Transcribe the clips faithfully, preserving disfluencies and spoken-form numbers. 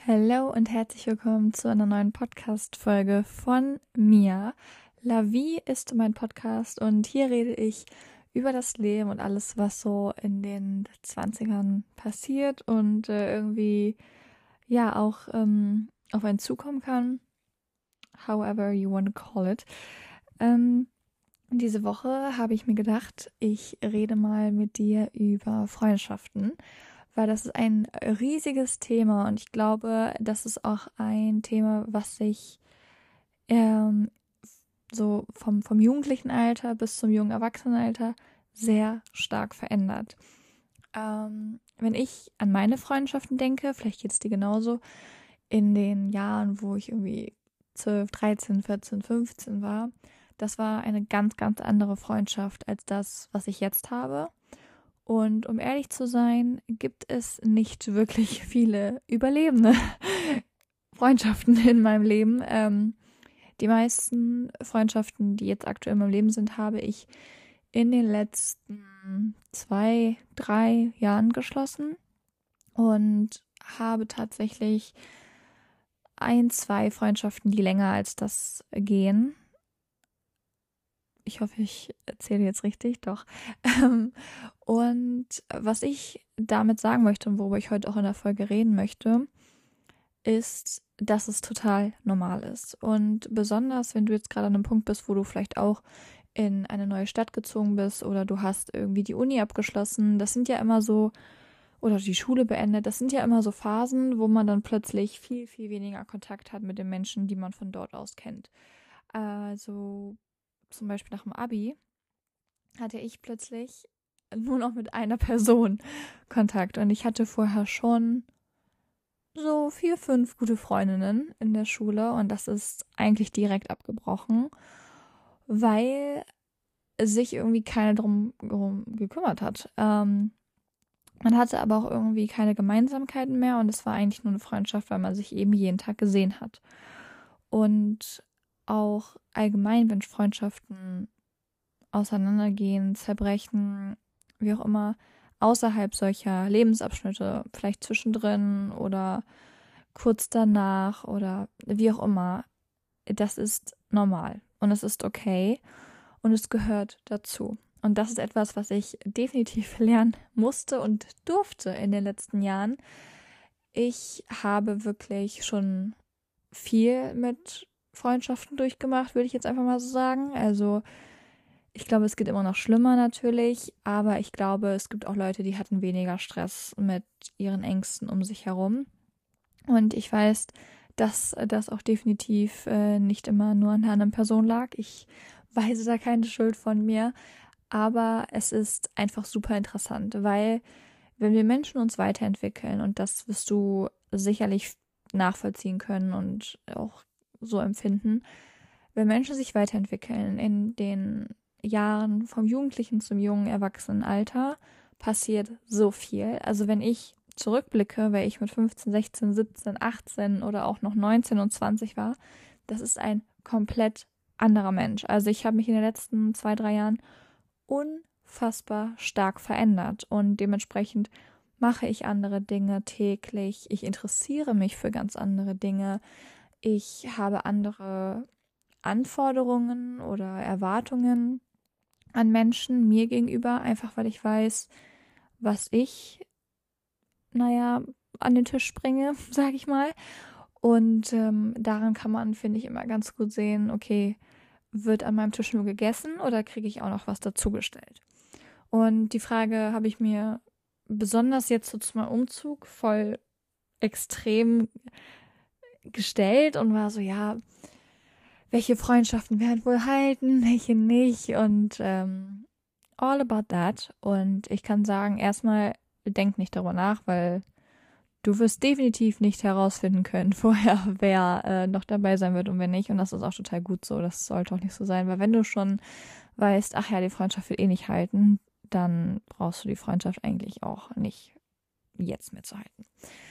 Hallo und herzlich willkommen zu einer neuen Podcast-Folge von mir. La Vie ist mein Podcast und hier rede ich über das Leben und alles, was so in den Zwanzigern passiert und äh, irgendwie ja auch ähm, auf einen zukommen kann. However you want to call it. Ähm, diese Woche habe ich mir gedacht, ich rede mal mit dir über Freundschaften, weil das ist ein riesiges Thema und ich glaube, das ist auch ein Thema, was sich ähm, so vom, vom jugendlichen Alter bis zum jungen Erwachsenenalter sehr stark verändert. Ähm, wenn ich an meine Freundschaften denke, vielleicht geht es dir genauso, in den Jahren, wo ich irgendwie zwölf, dreizehn, vierzehn, fünfzehn war, das war eine ganz, ganz andere Freundschaft als das, was ich jetzt habe. Und um ehrlich zu sein, gibt es nicht wirklich viele überlebende Freundschaften in meinem Leben. Ähm, die meisten Freundschaften, die jetzt aktuell in meinem Leben sind, habe ich in den letzten zwei, drei Jahren geschlossen und habe tatsächlich ein, zwei Freundschaften, die länger als das gehen. Ich hoffe, ich erzähle jetzt richtig, doch. Und was ich damit sagen möchte und worüber ich heute auch in der Folge reden möchte, ist, dass es total normal ist. Und besonders, wenn du jetzt gerade an einem Punkt bist, wo du vielleicht auch in eine neue Stadt gezogen bist oder du hast irgendwie die Uni abgeschlossen, das sind ja immer so, oder die Schule beendet, das sind ja immer so Phasen, wo man dann plötzlich viel, viel weniger Kontakt hat mit den Menschen, die man von dort aus kennt. Also zum Beispiel nach dem Abi hatte ich plötzlich nur noch mit einer Person Kontakt. Und ich hatte vorher schon so vier, fünf gute Freundinnen in der Schule. Und das ist eigentlich direkt abgebrochen, weil sich irgendwie keiner drum, drum gekümmert hat. Ähm, man hatte aber auch irgendwie keine Gemeinsamkeiten mehr. Und es war eigentlich nur eine Freundschaft, weil man sich eben jeden Tag gesehen hat. Und auch allgemein, wenn Freundschaften auseinandergehen, zerbrechen, wie auch immer, außerhalb solcher Lebensabschnitte, vielleicht zwischendrin oder kurz danach oder wie auch immer, das ist normal und es ist okay und es gehört dazu. Und das ist etwas, was ich definitiv lernen musste und durfte in den letzten Jahren. Ich habe wirklich schon viel mit Freundschaften durchgemacht, würde ich jetzt einfach mal so sagen. Also ich glaube, es geht immer noch schlimmer natürlich, aber ich glaube, es gibt auch Leute, die hatten weniger Stress mit ihren Ängsten um sich herum. Und ich weiß, dass das auch definitiv äh, nicht immer nur an der anderen Person lag. Ich weise da keine Schuld von mir, aber es ist einfach super interessant, weil wenn wir Menschen uns weiterentwickeln, und das wirst du sicherlich nachvollziehen können und auch so empfinden, wenn Menschen sich weiterentwickeln in den Jahren vom Jugendlichen zum jungen Erwachsenenalter, passiert so viel. Also wenn ich zurückblicke, weil ich mit fünfzehn, sechzehn, siebzehn, achtzehn oder auch noch neunzehn und zwanzig war, das ist ein komplett anderer Mensch. Also ich habe mich in den letzten zwei, drei Jahren unfassbar stark verändert und dementsprechend mache ich andere Dinge täglich. Ich interessiere mich für ganz andere Dinge. Ich habe andere Anforderungen oder Erwartungen an Menschen mir gegenüber, einfach weil ich weiß, was ich, naja, an den Tisch bringe, sage ich mal. Und ähm, daran kann man, finde ich, immer ganz gut sehen, okay, wird an meinem Tisch nur gegessen oder kriege ich auch noch was dazugestellt? Und die Frage habe ich mir besonders jetzt so zu meinem Umzug voll extrem gestellt und war so, ja, welche Freundschaften werden wohl halten, welche nicht und ähm, all about that. Und ich kann sagen, erstmal denk nicht darüber nach, weil du wirst definitiv nicht herausfinden können vorher, wer äh, noch dabei sein wird und wer nicht. Und das ist auch total gut so. Das sollte auch nicht so sein, weil wenn du schon weißt, ach ja, die Freundschaft wird eh nicht halten, dann brauchst du die Freundschaft eigentlich auch nicht jetzt mitzuhalten.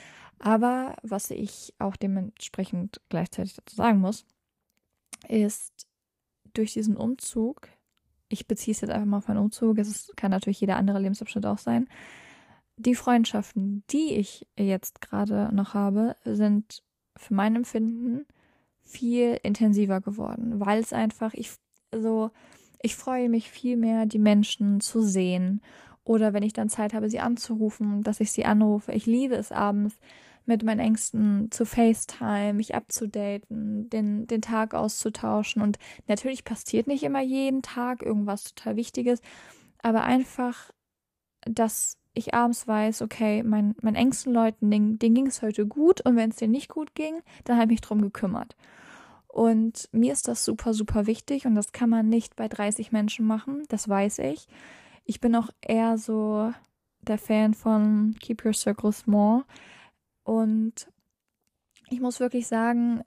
Aber was ich auch dementsprechend gleichzeitig dazu sagen muss, ist durch diesen Umzug, ich beziehe es jetzt einfach mal auf meinen Umzug, es ist, kann natürlich jeder andere Lebensabschnitt auch sein, die Freundschaften, die ich jetzt gerade noch habe, sind für mein Empfinden viel intensiver geworden, weil es einfach, ich so, ich freue mich viel mehr, die Menschen zu sehen oder wenn ich dann Zeit habe, sie anzurufen, dass ich sie anrufe. Ich liebe es abends mit meinen Ängsten zu FaceTime, mich abzudaten, den, den Tag auszutauschen und natürlich passiert nicht immer jeden Tag irgendwas total Wichtiges, aber einfach, dass ich abends weiß, okay, mein, meinen engsten Leuten, denen, denen ging es heute gut und wenn es denen nicht gut ging, dann habe ich mich drum gekümmert. Und mir ist das super, super wichtig und das kann man nicht bei dreißig Menschen machen, das weiß ich. Ich bin auch eher so der Fan von Keep Your Circle Small und ich muss wirklich sagen,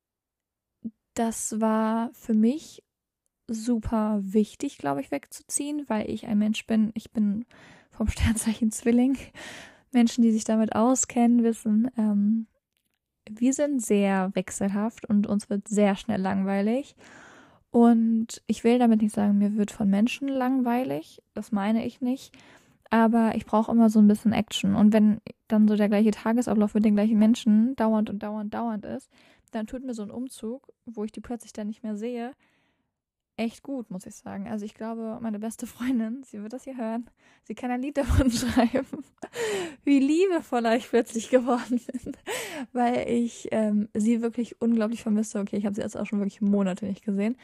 das war für mich super wichtig, glaube ich, wegzuziehen, weil ich ein Mensch bin, ich bin vom Sternzeichen Zwilling. Menschen, die sich damit auskennen, wissen, ähm, wir sind sehr wechselhaft und uns wird sehr schnell langweilig. Und ich will damit nicht sagen, mir wird von Menschen langweilig, das meine ich nicht, aber ich brauche immer so ein bisschen Action. Und wenn dann so der gleiche Tagesablauf mit den gleichen Menschen dauernd und dauernd, dauernd ist, dann tut mir so ein Umzug, wo ich die plötzlich dann nicht mehr sehe, echt gut, muss ich sagen. Also ich glaube, meine beste Freundin, sie wird das hier hören, sie kann ein Lied davon schreiben, wie liebevoller ich plötzlich geworden bin, weil ich ähm, sie wirklich unglaublich vermisse. Okay, ich habe sie jetzt auch schon wirklich Monate nicht gesehen.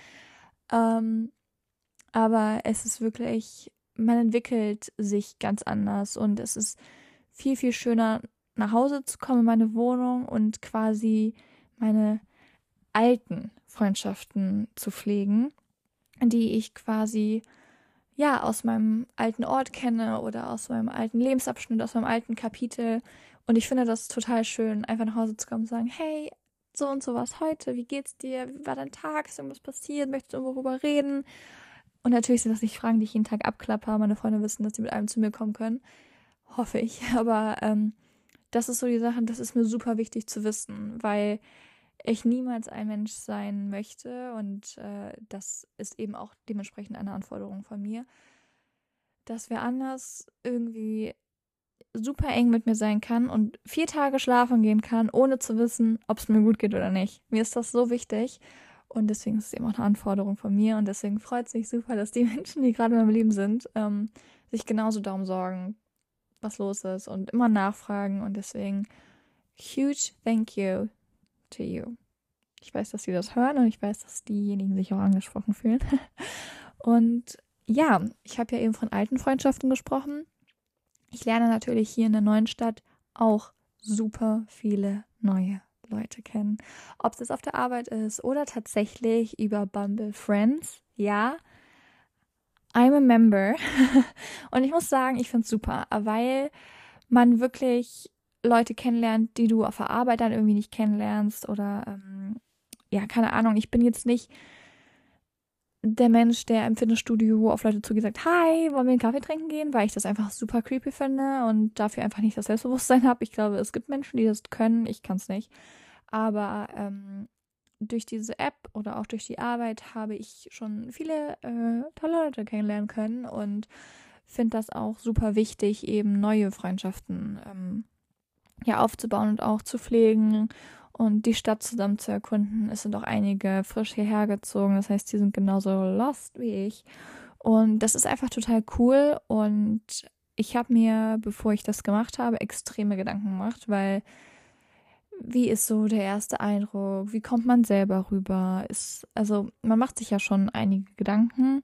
Ähm, aber es ist wirklich, man entwickelt sich ganz anders und es ist viel, viel schöner, nach Hause zu kommen in meine Wohnung und quasi meine alten Freundschaften zu pflegen, die ich quasi ja aus meinem alten Ort kenne oder aus meinem alten Lebensabschnitt, aus meinem alten Kapitel. Und ich finde das total schön, einfach nach Hause zu kommen und sagen, hey, so und so was heute, wie geht's dir? Wie war dein Tag? Ist irgendwas passiert? Möchtest du irgendwo drüber reden? Und natürlich sind das nicht Fragen, die ich jeden Tag abklapper. Meine Freunde wissen, dass sie mit allem zu mir kommen können. Hoffe ich. Aber ähm, das ist so die Sache, das ist mir super wichtig zu wissen, weil ich niemals ein Mensch sein möchte und äh, das ist eben auch dementsprechend eine Anforderung von mir, dass wer anders irgendwie super eng mit mir sein kann und vier Tage schlafen gehen kann, ohne zu wissen, ob es mir gut geht oder nicht. Mir ist das so wichtig und deswegen ist es eben auch eine Anforderung von mir und deswegen freut es mich super, dass die Menschen, die gerade in meinem Leben sind, ähm, sich genauso darum sorgen, was los ist und immer nachfragen und deswegen huge thank you to you. Ich weiß, dass sie das hören und ich weiß, dass diejenigen sich auch angesprochen fühlen. Und ja, ich habe ja eben von alten Freundschaften gesprochen. Ich lerne natürlich hier in der neuen Stadt auch super viele neue Leute kennen. Ob es jetzt auf der Arbeit ist oder tatsächlich über Bumble Friends. Ja, I'm a member. Und ich muss sagen, ich finde es super, weil man wirklich Leute kennenlernt, die du auf der Arbeit dann irgendwie nicht kennenlernst oder ähm, ja, keine Ahnung, ich bin jetzt nicht der Mensch, der im Fitnessstudio auf Leute zugeht, sagt, hi, wollen wir einen Kaffee trinken gehen, weil ich das einfach super creepy finde und dafür einfach nicht das Selbstbewusstsein habe. Ich glaube, es gibt Menschen, die das können, ich kann es nicht. Aber ähm, durch diese App oder auch durch die Arbeit habe ich schon viele äh, tolle Leute kennenlernen können und finde das auch super wichtig, eben neue Freundschaften ähm, ja, aufzubauen und auch zu pflegen und die Stadt zusammen zu erkunden. Es sind auch einige frisch hierher gezogen, das heißt, die sind genauso lost wie ich. Und das ist einfach total cool und ich habe mir, bevor ich das gemacht habe, extreme Gedanken gemacht, weil wie ist so der erste Eindruck? Wie kommt man selber rüber? Ist, also man macht sich ja schon einige Gedanken.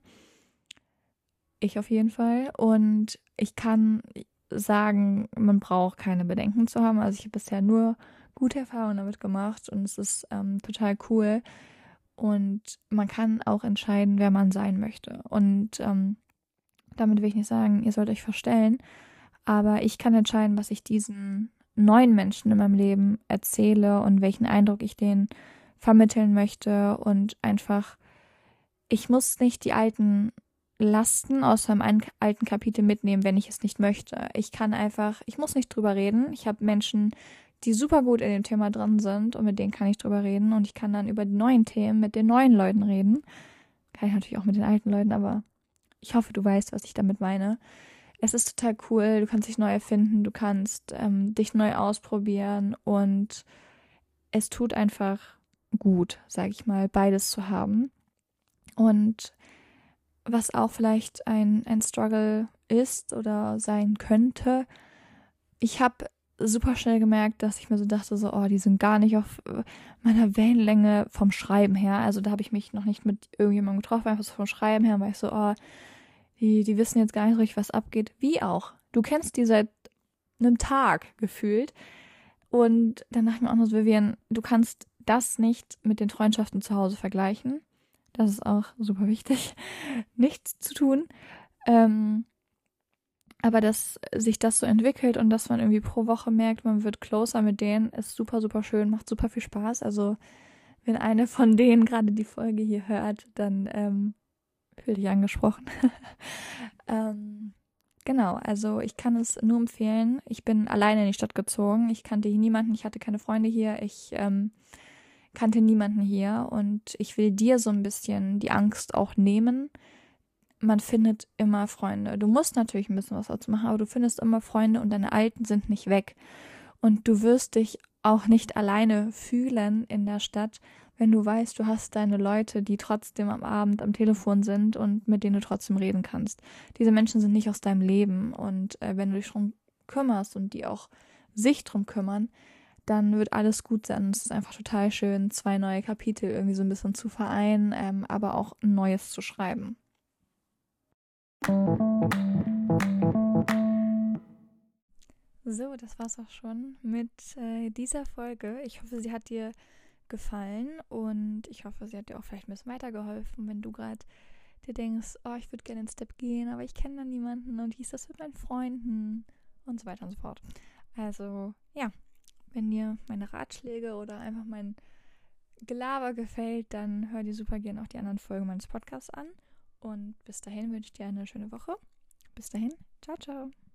Ich auf jeden Fall. Und ich kann sagen, man braucht keine Bedenken zu haben. Also ich habe bisher nur gute Erfahrungen damit gemacht und es ist ähm, total cool. Und man kann auch entscheiden, wer man sein möchte. Und ähm, damit will ich nicht sagen, ihr sollt euch verstellen. Aber ich kann entscheiden, was ich diesen neuen Menschen in meinem Leben erzähle und welchen Eindruck ich denen vermitteln möchte. Und einfach, ich muss nicht die alten Lasten aus meinem alten Kapitel mitnehmen, wenn ich es nicht möchte. Ich kann einfach, ich muss nicht drüber reden. Ich habe Menschen, die super gut in dem Thema drin sind und mit denen kann ich drüber reden und ich kann dann über die neuen Themen mit den neuen Leuten reden. Kann ich natürlich auch mit den alten Leuten, aber ich hoffe, du weißt, was ich damit meine. es ist total cool, du kannst dich neu erfinden, du kannst ähm, dich neu ausprobieren und es tut einfach gut, sage ich mal, beides zu haben. Und was auch vielleicht ein, ein Struggle ist oder sein könnte, ich habe super schnell gemerkt, dass ich mir so dachte, so, oh, die sind gar nicht auf äh, meiner Wellenlänge vom Schreiben her. Also da habe ich mich noch nicht mit irgendjemandem getroffen, einfach so vom Schreiben her, weil ich so, oh, die, die wissen jetzt gar nicht so richtig, was abgeht. Wie auch. Du kennst die seit einem Tag gefühlt. Und dann dachte ich mir auch noch so, Vivian, du kannst das nicht mit den Freundschaften zu Hause vergleichen. Das ist auch super wichtig, nichts zu tun. Ähm, aber dass sich das so entwickelt und dass man irgendwie pro Woche merkt, man wird closer mit denen, ist super, super schön, macht super viel Spaß. Also wenn eine von denen gerade die Folge hier hört, dann ähm, fühl dich angesprochen. ähm, genau, also ich kann es nur empfehlen. Ich bin alleine in die Stadt gezogen. Ich kannte hier niemanden, ich hatte keine Freunde hier. Ich ähm, kannte niemanden hier und ich will dir so ein bisschen die Angst auch nehmen. Man findet immer Freunde. Du musst natürlich ein bisschen was dazu machen, aber du findest immer Freunde und deine Alten sind nicht weg. Und du wirst dich auch nicht alleine fühlen in der Stadt, wenn du weißt, du hast deine Leute, die trotzdem am Abend am Telefon sind und mit denen du trotzdem reden kannst. Diese Menschen sind nicht aus deinem Leben und äh, wenn du dich drum kümmerst und die auch sich drum kümmern, dann wird alles gut sein. Es ist einfach total schön, zwei neue Kapitel irgendwie so ein bisschen zu vereinen, ähm, aber auch ein neues zu schreiben. So, das war's auch schon mit äh, dieser Folge. Ich hoffe, sie hat dir gefallen und ich hoffe, sie hat dir auch vielleicht ein bisschen weitergeholfen, wenn du gerade dir denkst, oh, ich würde gerne den Step gehen, aber ich kenne da niemanden und wie ist das mit meinen Freunden und so weiter und so fort. Also, ja, wenn dir meine Ratschläge oder einfach mein Gelaber gefällt, dann hör dir super gerne auch die anderen Folgen meines Podcasts an. Und bis dahin wünsche ich dir eine schöne Woche. Bis dahin, ciao, ciao.